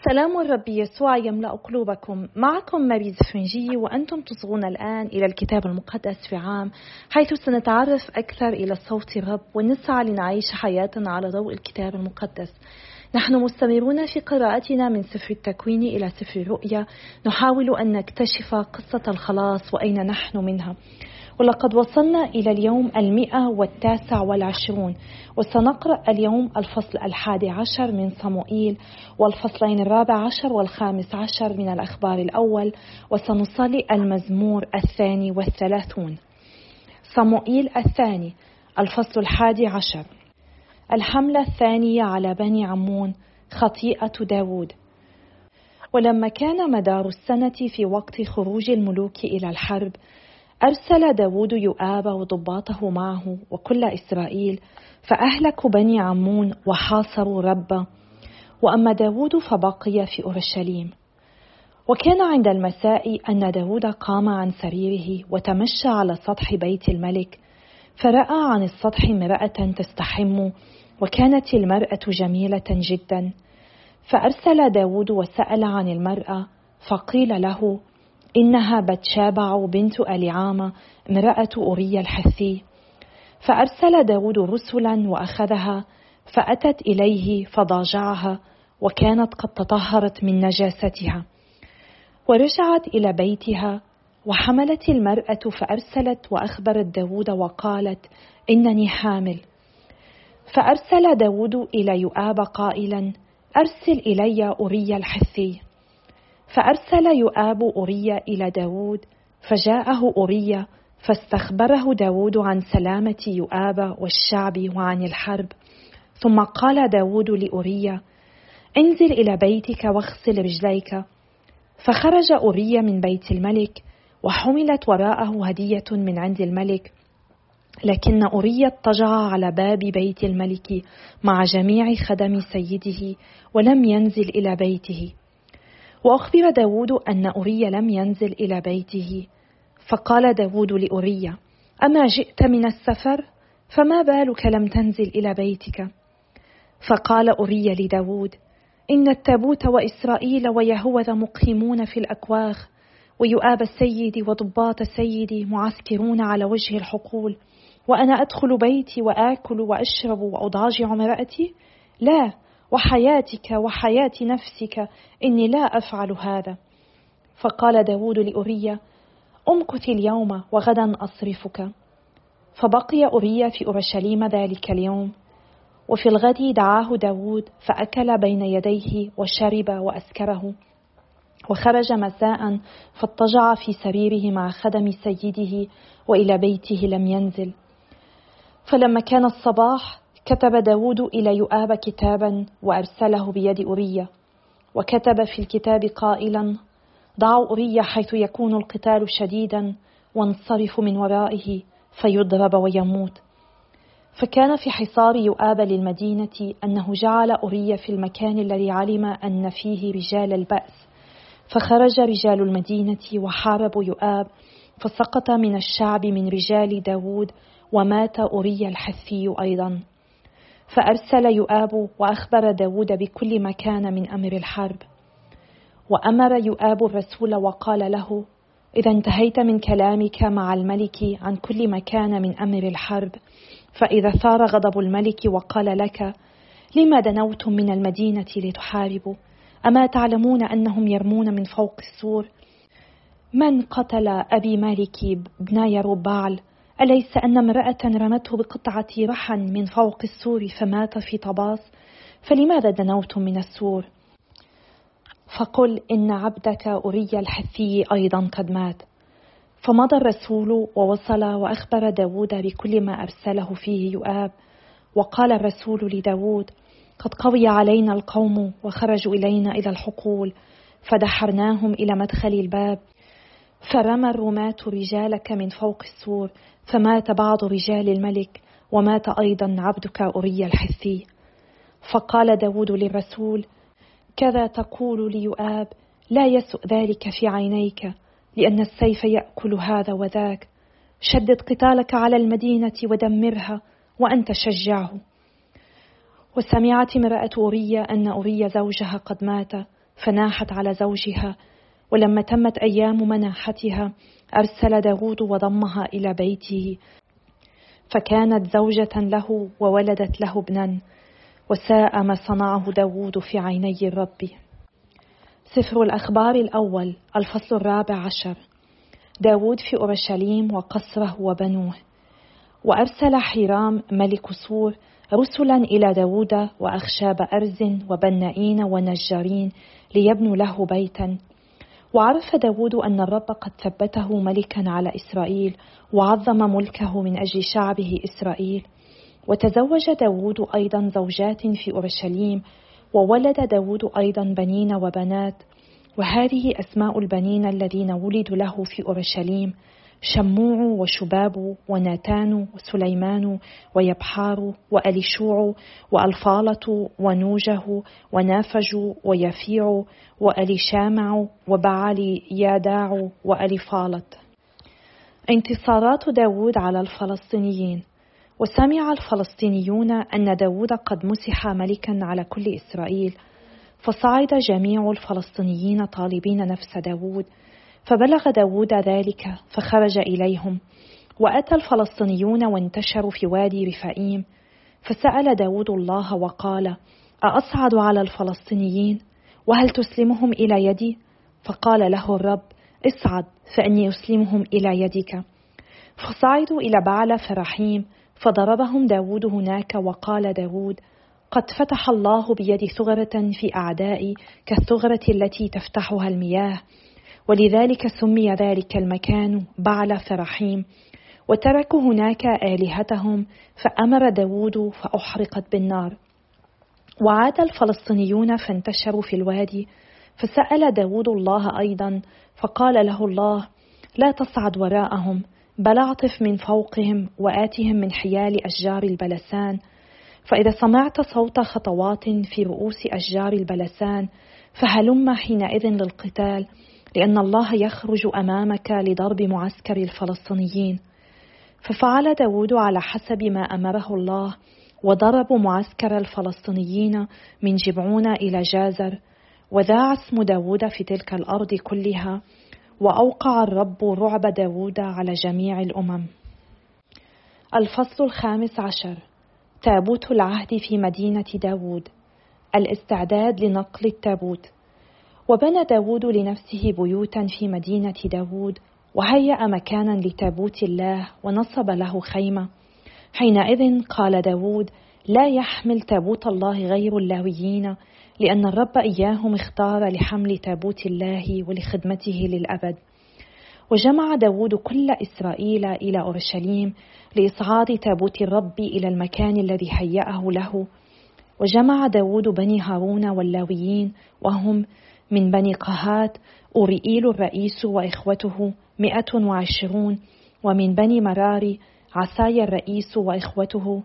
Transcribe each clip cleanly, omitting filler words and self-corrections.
سلام الرب يسوع يملأ قلوبكم. معكم ماري زفنجي، وأنتم تصغون الآن إلى الكتاب المقدس في عام، حيث سنتعرف أكثر إلى صوت الرب ونسعى لنعيش حياتنا على ضوء الكتاب المقدس. نحن مستمرون في قراءتنا من سفر التكوين إلى سفر الرؤيا، نحاول أن نكتشف قصة الخلاص وأين نحن منها. ولقد وصلنا إلى اليوم 129، وسنقرأ اليوم الفصل 11 من صموئيل، والفصلين 14 و15 من الأخبار الأول، وسنصلي المزمور 32. صموئيل الثاني، الفصل 11. الحملة الثانية على بني عمون، خطيئة داود. ولما كان مدار السنة في وقت خروج الملوك إلى الحرب، أرسل داود يؤاب وضباطه معه وكل إسرائيل، فأهلكوا بني عمون وحاصروا ربة. وأما داود فبقي في أورشليم. وكان عند المساء أن داود قام عن سريره وتمشى على سطح بيت الملك، فرأى عن السطح امرأة تستحم، وكانت المرأة جميلة جدا. فأرسل داود وسأل عن المرأة، فقيل له: إنها بتشابع بنت أليعامة امرأة أوريا الحثي. فأرسل داود رسلا وأخذها، فأتت إليه فضاجعها، وكانت قد تطهرت من نجاستها. ورجعت إلى بيتها، وحملت المرأة، فأرسلت وأخبرت داود وقالت: إنني حامل. فأرسل داود إلى يؤاب قائلا: أرسل إلي أوريا الحثي. فأرسل يؤاب أوريا إلى داود، فجاءه أوريا، فاستخبره داود عن سلامة يؤاب والشعب وعن الحرب. ثم قال داود لأوريا: انزل إلى بيتك واغسل رجليك. فخرج أوريا من بيت الملك، وحملت وراءه هدية من عند الملك، لكن أوريا اضطجع على باب بيت الملك مع جميع خدم سيده، ولم ينزل إلى بيته. وأخبر داود أن أوريا لم ينزل إلى بيته. فقال داود لأوريا: أما جئت من السفر؟ فما بالك لم تنزل إلى بيتك؟ فقال أوريا لداود: إن التابوت وإسرائيل ويهوذا مقيمون في الأكواخ، ويؤاب سيدي وضباط سيدي معسكرون على وجه الحقول، وأنا أدخل بيتي وآكل وأشرب وأضاجع امرأتي؟ لا، وحياتك وحياة نفسك، إني لا أفعل هذا. فقال داود لأوريا: أمكث اليوم وغدا أصرفك. فبقي أوريا في أورشليم ذلك اليوم. وفي الغد دعاه داود، فأكل بين يديه وشرب وأسكره. وخرج مساء، فاضطجع في سريره مع خدم سيده، وإلى بيته لم ينزل. فلما كان الصباح، كتب داود إلى يؤاب كتابا، وأرسله بيد أوريا، وكتب في الكتاب قائلا: ضعوا أوريا حيث يكون القتال شديدا، وانصرفوا من ورائه فيضرب ويموت. فكان في حصار يؤاب للمدينة أنه جعل أوريا في المكان الذي علم أن فيه رجال البأس. فخرج رجال المدينة وحاربوا يؤاب، فسقط من الشعب من رجال داود، ومات أوريا الحثي أيضا. فأرسل يؤاب وأخبر داود بكل ما كان من أمر الحرب. وأمر يؤاب الرسول وقال له: إذا انتهيت من كلامك مع الملك عن كل ما كان من أمر الحرب، فإذا ثار غضب الملك وقال لك: لما دنوتم من المدينة لتحاربوا؟ أما تعلمون أنهم يرمون من فوق السور؟ من قتل أبي مالك ابن يربعل؟ أليس أن امرأة رمته بقطعة رحى من فوق السور فمات في طباس؟ فلماذا دنوتم من السور؟ فقل إن عبدك أوريا الحثي أيضا قد مات. فمضى الرسول ووصل وأخبر داود بكل ما أرسله فيه يؤاب. وقال الرسول لداود: قد قوي علينا القوم وخرجوا إلينا إلى الحقول، فدحرناهم إلى مدخل الباب، فرمى الرماة رجالك من فوق السور، فمات بعض رجال الملك، ومات أيضا عبدك أوريا الحثي. فقال داود للرسول: كذا تقول ليؤاب، لا يسؤ ذلك في عينيك، لأن السيف يأكل هذا وذاك. شدد قتالك على المدينة ودمرها، وأنت شجعه. وسمعت امرأة أوريا أن أوريا زوجها قد مات، فناحت على زوجها. ولما تمت أيام مناحتها أرسل داود وضمها إلى بيته، فكانت زوجة له وولدت له ابنا، وساء ما صنعه داود في عيني الرب. سفر الأخبار الأول الفصل 14. داود في أورشليم وقصره وبنوه. وأرسل حيرام ملك سور رسلا إلى داود وأخشاب أرز وبنائين ونجارين ليبنوا له بيتا. وعرف داود أن الرب قد ثبته ملكا على إسرائيل وعظم ملكه من أجل شعبه إسرائيل. وتزوج داود أيضا زوجات في أورشليم، وولد داود أيضا بنين وبنات. وهذه أسماء البنين الذين ولدوا له في أورشليم: شموع وشباب وناتان وسليمان ويبحار وأليشوع وألفالة ونوجه ونافج ويفيع وأليشامع وبعلي ياداع وأليفالت. انتصارات داود على الفلسطينيين. وسمع الفلسطينيون أن داود قد مسح ملكا على كل إسرائيل، فصعد جميع الفلسطينيين طالبين نفس داود، فبلغ داود ذلك فخرج إليهم. وأتى الفلسطينيون وانتشروا في وادي رفائيم، فسأل داود الله وقال: أأصعد على الفلسطينيين؟ وهل تسلمهم إلى يدي؟ فقال له الرب: اصعد فإني أسلمهم إلى يدك. فصعدوا إلى بعل فرحيم، فضربهم داود هناك. وقال داود: قد فتح الله بيد ثغرة في أعدائي كالثغرة التي تفتحها المياه. ولذلك سمي ذلك المكان بعل فرحيم. وتركوا هناك آلهتهم، فأمر داود فأحرقت بالنار. وعاد الفلسطينيون فانتشروا في الوادي، فسأل داود الله أيضا، فقال له الله: لا تصعد وراءهم، بل اعطف من فوقهم وآتهم من حيال أشجار البلسان. فإذا سمعت صوت خطوات في رؤوس أشجار البلسان فهلم حينئذ للقتال، لأن الله يخرج أمامك لضرب معسكر الفلسطينيين. ففعل داود على حسب ما أمره الله، وضربوا معسكر الفلسطينيين من جبعون إلى جازر. وذاع اسم داود في تلك الأرض كلها، وأوقع الرب رعب داود على جميع الأمم. الفصل 15. تابوت العهد في مدينة داود. الاستعداد لنقل التابوت. وبنى داود لنفسه بيوتا في مدينة داود، وهيأ مكانا لتابوت الله، ونصب له خيمة. حينئذ قال داود: لا يحمل تابوت الله غير اللاويين، لأن الرب إياهم اختار لحمل تابوت الله ولخدمته للأبد. وجمع داود كل إسرائيل إلى أورشليم لإصعاد تابوت الرب إلى المكان الذي هيأه له. وجمع داود بني هارون واللاويين، وهم من بني قهات أوريئيل الرئيس وإخوته 120، ومن بني مراري عسايا الرئيس وإخوته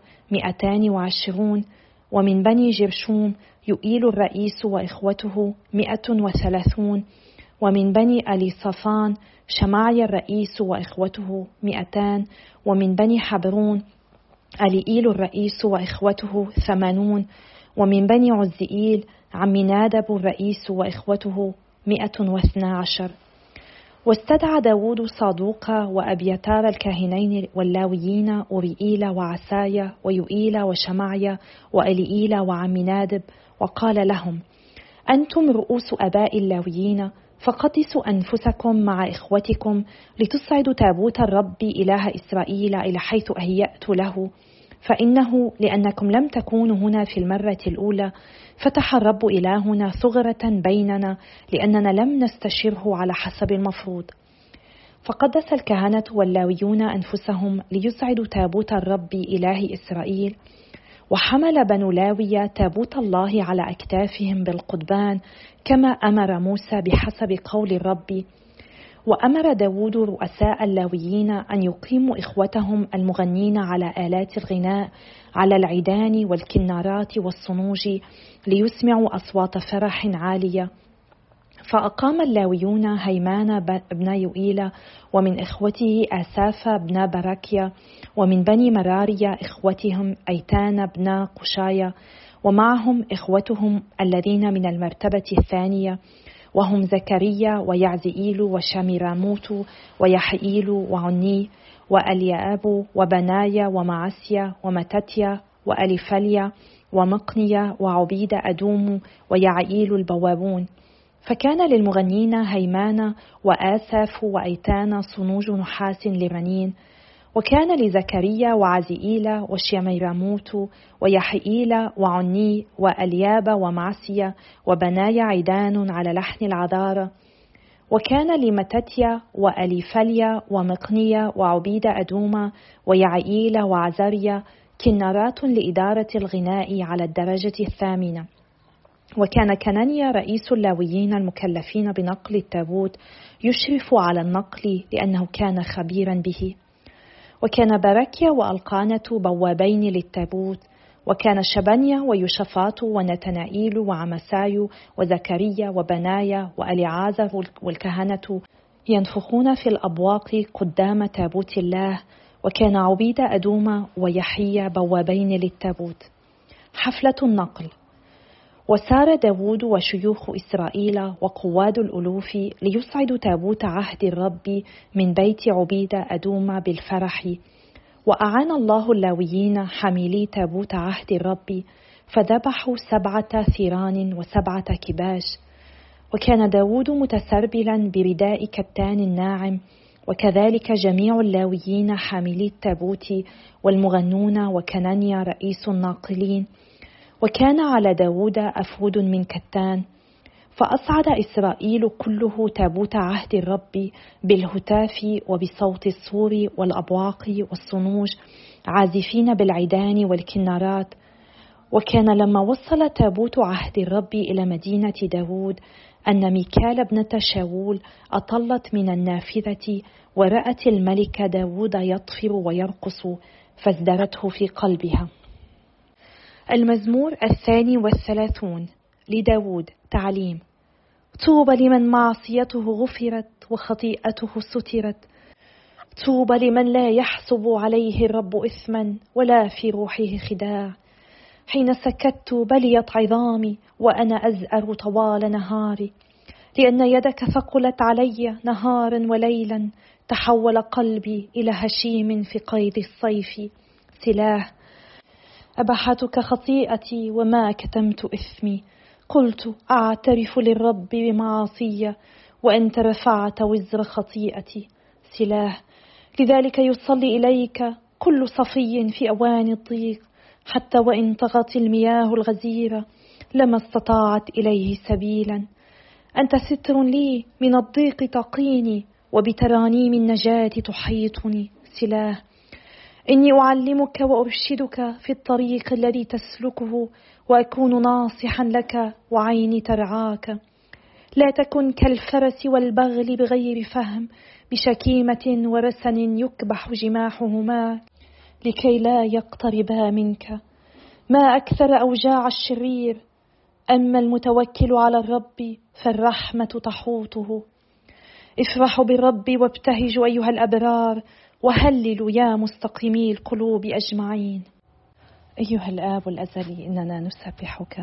220، ومن بني جرشوم يؤيل الرئيس وإخوته 130، ومن بني أليصافان شمعي الرئيس وإخوته 200، ومن بني حبرون أليئيل الرئيس وإخوته 80، ومن بني عزئيل عمنادب الرئيس وإخوته 112. واستدعى داود صادوق وأبيتار الكاهنين واللاويين أوريئيل وعسايا ويؤيل وشمعيا وأليئيل وعمنادب، وقال لهم: أنتم رؤوس آباء اللاويين، فقدسوا أنفسكم مع إخوتكم لتصعدوا تابوت الرب إله إسرائيل إلى حيث أهيأت له. فإنه لأنكم لم تكونوا هنا في المرة الأولى فتح الرب إلهنا ثغرة بيننا، لأننا لم نستشره على حسب المفروض. فقدس الكهنة واللاويون أنفسهم ليصعدوا تابوت الرب إله إسرائيل. وحمل بنو لاوي تابوت الله على أكتافهم بالقضبان، كما أمر موسى بحسب قول الرب. وأمر داود رؤساء اللاويين أن يقيموا إخوتهم المغنين على آلات الغناء على العيدان والكنارات والصنوج، ليسمعوا أصوات فرح عالية. فأقام اللاويون هيمان بن يؤيل، ومن إخوته آساف بن بركيا، ومن بني مراريا إخوتهم أيتان بن قشايا، ومعهم إخوتهم الذين من المرتبة الثانية، وهم زكريا ويعزئيل وشميراموت ويحييل وعني وألياب وبنايا ومعسيا ومتتيا وأليفليا ومقنيا وعبيد أدوم ويعييل البوابون. فكان للمغنين هيمان وآساف وأيتان صنوج نحاس لرنين. وكان لزكريا وعزئيل وشميراموت ويحييل وعني وألياب ومعسيا وبنايا عيدان على لحن العذارى. وكان لمتتيا وأليفليا ومقنيا وعبيد أدوم ويعييل وعزريا كنارات لإدارة الغناء على الدرجة الثامنة. وكان كنانيا رئيس اللاويين المكلفين بنقل التابوت يشرف على النقل لأنه كان خبيرا به. وكان بركيا وألقانة بوابين للتابوت. وكان شبنيا ويوشفاط ونتنائيل وعمساي وزكريا وبنايا وأليعازر والكهنة ينفخون في الأبواق قدام تابوت الله. وكان عبيد أدوم ويحيى بوابين للتابوت. حفلة النقل. وسار داود وشيوخ إسرائيل وقواد الألوف ليصعدوا تابوت عهد الرب من بيت عبيد أدوم بالفرح. وأعان الله اللاويين حاملي تابوت عهد الرب، فذبحوا 7 ثيران و7 كباش. وكان داود متسربلا برداء كتان ناعم، وكذلك جميع اللاويين حاملي التابوت والمغنون وكنانيا رئيس الناقلين. وكان على داود أفود من كتان. فأصعد إسرائيل كله تابوت عهد الرب بالهتاف وبصوت الصور والأبواق والصنوج عازفين بالعيدان والكنارات. وكان لما وصل تابوت عهد الرب إلى مدينة داود أن ميكال ابنة شاول أطلت من النافذة ورأت الملك داود يطفر ويرقص، فازدرته في قلبها. المزمور 32 لداود. تعليم. طوبى لمن معصيته غفرت وخطيئته سترت. طوبى لمن لا يحسب عليه الرب إثما ولا في روحه خداع. حين سكت بليت عظامي وأنا أزأر طوال نهاري، لأن يدك ثقلت علي نهارا وليلا. تحول قلبي إلى هشيم في قيد الصيف. سلاح. أبحتك خطيئتي وما كتمت إثمي. قلت أعترف للرب بمعاصي وأنت رفعت وزر خطيئتي. سلاح. لذلك يصلي إليك كل صفي في أوان الضيق، حتى وإن طغت المياه الغزيرة لما استطاعت إليه سبيلا. أنت ستر لي من الضيق تقيني، وبترانيم النجاة تحيطني. سلاح. إني أعلمك وأرشدك في الطريق الذي تسلكه، وأكون ناصحا لك وعيني ترعاك. لا تكن كالفرس والبغل بغير فهم، بشكيمة ورسن يكبح جماحهما لكي لا يقتربا منك. ما أكثر أوجاع الشرير، أما المتوكل على الرب فالرحمة تحوطه. افرحوا بالرب وابتهجوا أيها الأبرار، وهللوا يا مستقيمي القلوب أجمعين. أيها الآب الأزلي، إننا نسبحك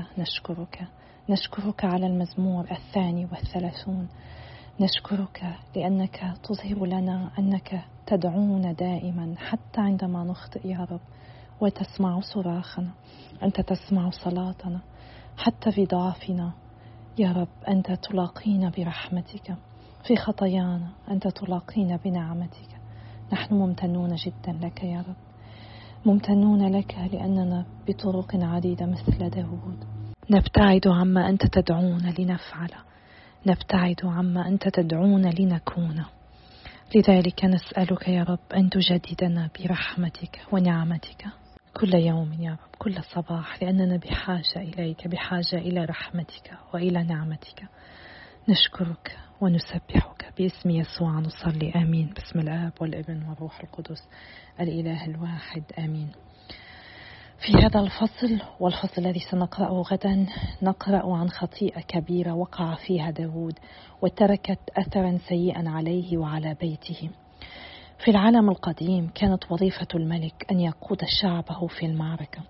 نشكرك على المزمور 32. نشكرك لأنك تظهر لنا أنك تدعونا دائما حتى عندما نخطئ يا رب، وتسمع صراخنا. أنت تسمع صلاتنا حتى في ضعفنا يا رب. أنت تلاقينا برحمتك في خطايانا، أنت تلاقينا بنعمتك. نحن ممتنون جدا لك يا رب، ممتنون لك لأننا بطرق عديدة مثل داود نبتعد عما أنت تدعونا لنفعل، نبتعد عما أنت تدعونا لنكون. لذلك نسألك يا رب أن تجددنا برحمتك ونعمتك كل يوم يا رب، كل صباح، لأننا بحاجة إليك، بحاجة إلى رحمتك وإلى نعمتك. نشكرك ونسبحك باسم يسوع نصلي، آمين. باسم الآب والابن والروح القدس الإله الواحد، آمين. في هذا الفصل والفصل الذي سنقرأه غدا نقرأ عن خطيئة كبيرة وقع فيها داود وتركت أثرا سيئا عليه وعلى بيته. في العالم القديم كانت وظيفة الملك أن يقود شعبه في المعركة،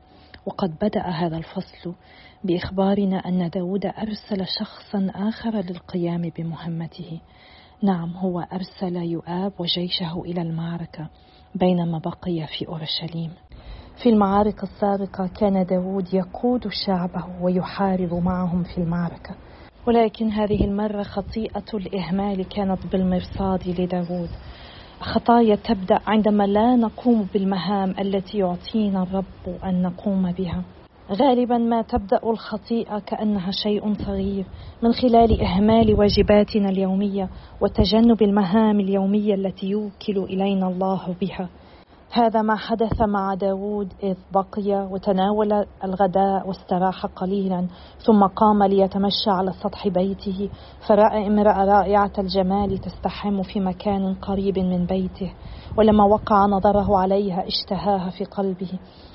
وقد بدأ هذا الفصل بإخبارنا أن داود أرسل شخصا آخر للقيام بمهمته. نعم، هو أرسل يؤاب وجيشه إلى المعركة بينما بقي في أورشليم. في المعارك السابقة كان داود يقود شعبه ويحارب معهم في المعركة، ولكن هذه المرة خطيئة الإهمال كانت بالمرصاد لداود. خطايا تبدأ عندما لا نقوم بالمهام التي يعطينا الرب أن نقوم بها. غالبا ما تبدأ الخطيئة كأنها شيء صغير من خلال إهمال واجباتنا اليومية وتجنب المهام اليومية التي يوكل إلينا الله بها. هذا ما حدث مع داود إذ بقي وتناول الغداء واستراح قليلا، ثم قام ليتمشى على سطح بيته، فرأى امرأة رائعة الجمال تستحم في مكان قريب من بيته، ولما وقع نظره عليها اشتهاها في قلبه.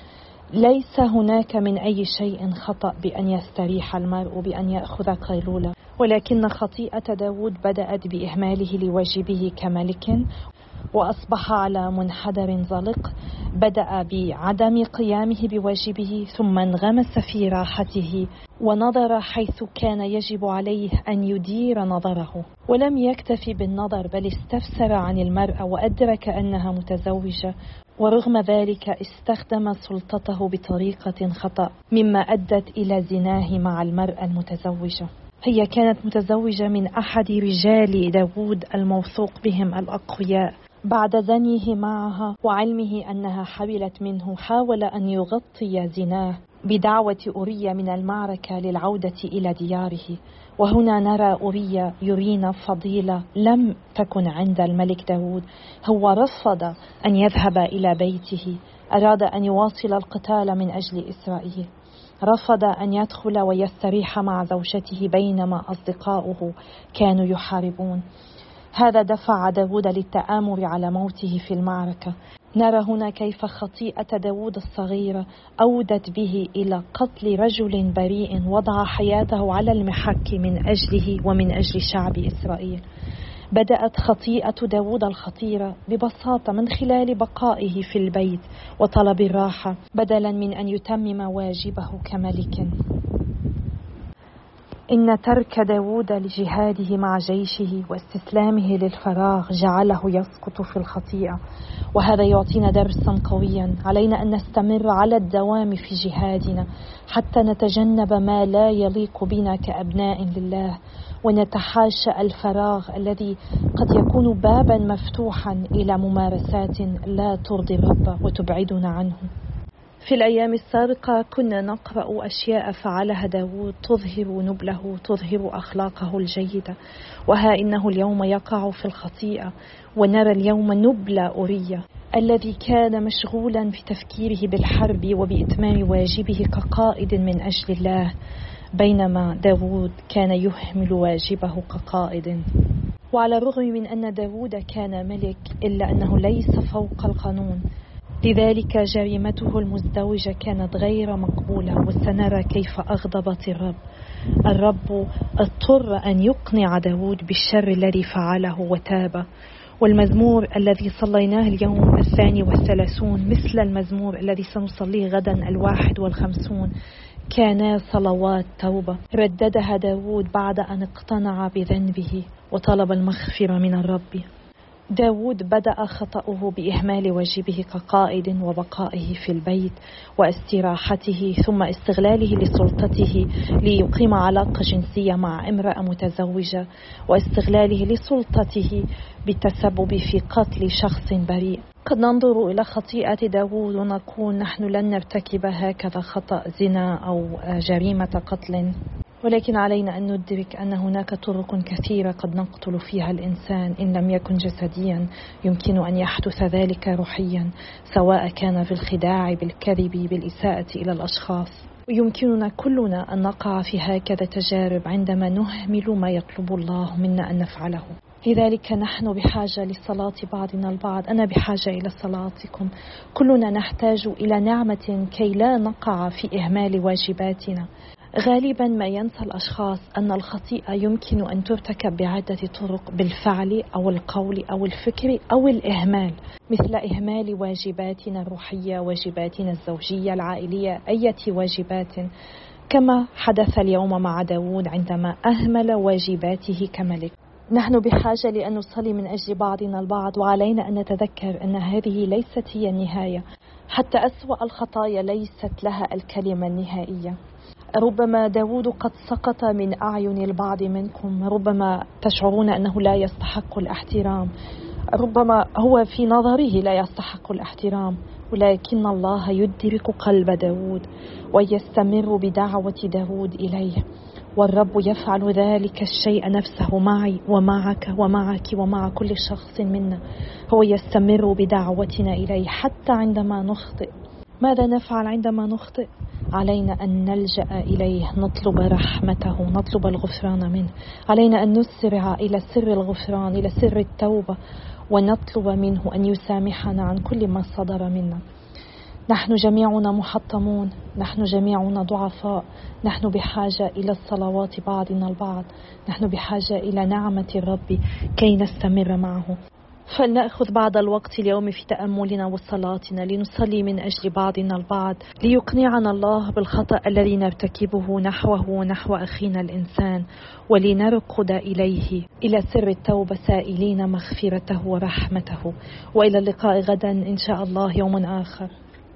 ليس هناك من أي شيء خطأ بأن يستريح المرء بأن يأخذ قيلولة، ولكن خطيئة داود بدأت بإهماله لواجبه كملك، وأصبح على منحدر زلق. بدأ بعدم قيامه بواجبه، ثم انغمس في راحته ونظر حيث كان يجب عليه أن يدير نظره، ولم يكتفي بالنظر بل استفسر عن المرأة وأدرك أنها متزوجة، ورغم ذلك استخدم سلطته بطريقة خطأ مما أدت إلى زناه مع المرأة المتزوجة. هي كانت متزوجة من أحد رجال داود الموثوق بهم الأقوياء. بعد زنيه معها وعلمه أنها حبلت منه، حاول أن يغطي زناه بدعوة أوريا من المعركة للعودة إلى دياره. وهنا نرى أوريا يرينا فضيلة لم تكن عند الملك داود. هو رفض أن يذهب إلى بيته، أراد أن يواصل القتال من أجل إسرائيل. رفض أن يدخل ويستريح مع زوجته بينما أصدقاؤه كانوا يحاربون. هذا دفع داود للتآمر على موته في المعركة. نرى هنا كيف خطيئة داود الصغيرة أودت به إلى قتل رجل بريء وضع حياته على المحك من أجله ومن أجل شعب إسرائيل. بدأت خطيئة داود الخطيرة ببساطة من خلال بقائه في البيت وطلب الراحة بدلا من أن يتمم واجبه كملك. إن ترك داود لجهاده مع جيشه واستسلامه للفراغ جعله يسقط في الخطيئة، وهذا يعطينا درسا قويا. علينا أن نستمر على الدوام في جهادنا حتى نتجنب ما لا يليق بنا كأبناء لله، ونتحاشى الفراغ الذي قد يكون بابا مفتوحا إلى ممارسات لا ترضي الرب وتبعدنا عنه. في الأيام السابقة كنا نقرأ أشياء فعلها داود تظهر نبله، تظهر أخلاقه الجيدة، وها إنه اليوم يقع في الخطيئة. ونرى اليوم نبل أوريا الذي كان مشغولا في تفكيره بالحرب وبإتمام واجبه كقائد من أجل الله، بينما داود كان يهمل واجبه كقائد. وعلى الرغم من أن داود كان ملك إلا أنه ليس فوق القانون، لذلك جريمته المزدوجة كانت غير مقبولة. وسنرى كيف أغضبت الرب اضطر أن يقنع داود بالشر الذي فعله وتاب. والمزمور الذي صليناه اليوم 32 مثل المزمور الذي سنصليه غدا 51 كانا صلوات توبة رددها داود بعد أن اقتنع بذنبه وطلب المغفرة من الرب. داود بدأ خطأه بإهمال واجبه كقائد وبقائه في البيت واستراحته، ثم استغلاله لسلطته ليقيم علاقة جنسية مع امرأة متزوجة، واستغلاله لسلطته بالتسبب في قتل شخص بريء. قد ننظر إلى خطيئة داود ونقول نحن لن نرتكب هكذا خطأ زنا أو جريمة قتل، ولكن علينا أن ندرك أن هناك طرق كثيرة قد نقتل فيها الإنسان. إن لم يكن جسديا يمكن أن يحدث ذلك روحيا، سواء كان في الخداع، بالكذب، بالإساءة إلى الأشخاص. ويمكننا كلنا أن نقع في هكذا تجارب عندما نهمل ما يطلب الله منا أن نفعله. لذلك نحن بحاجة لصلاة بعضنا البعض. أنا بحاجة إلى صلاتكم. كلنا نحتاج إلى نعمة كي لا نقع في إهمال واجباتنا. غالبا ما ينسى الأشخاص أن الخطيئة يمكن أن ترتكب بعدة طرق: بالفعل أو القول أو الفكر أو الإهمال، مثل إهمال واجباتنا الروحية، واجباتنا الزوجية العائلية، أي واجبات، كما حدث اليوم مع داود عندما أهمل واجباته كملك. نحن بحاجة لأن نصلي من أجل بعضنا البعض، وعلينا أن نتذكر أن هذه ليست هي النهاية. حتى أسوأ الخطايا ليست لها الكلمة النهائية. ربما داود قد سقط من أعين البعض منكم، ربما تشعرون أنه لا يستحق الاحترام، ربما هو في نظره لا يستحق الاحترام، ولكن الله يدرك قلب داود ويستمر بدعوة داود إليه، والرب يفعل ذلك الشيء نفسه معي ومعك ومعك ومع كل شخص منا. هو يستمر بدعوتنا إليه حتى عندما نخطئ. ماذا نفعل عندما نخطئ؟ علينا أن نلجأ إليه، نطلب رحمته، نطلب الغفران منه. علينا أن نسرع إلى سر الغفران، إلى سر التوبة، ونطلب منه أن يسامحنا عن كل ما صدر منا. نحن جميعنا محطمون، نحن جميعنا ضعفاء، نحن بحاجة إلى الصلوات بعضنا البعض، نحن بحاجة إلى نعمة الرب كي نستمر معه. فلنأخذ بعض الوقت اليوم في تأملنا وصلاتنا لنصلي من أجل بعضنا البعض، ليقنعنا الله بالخطأ الذي نرتكبه نحوه ونحو أخينا الإنسان، ولنرقد إليه إلى سر التوبة سائلين مغفرته ورحمته. وإلى اللقاء غدا إن شاء الله يوم آخر.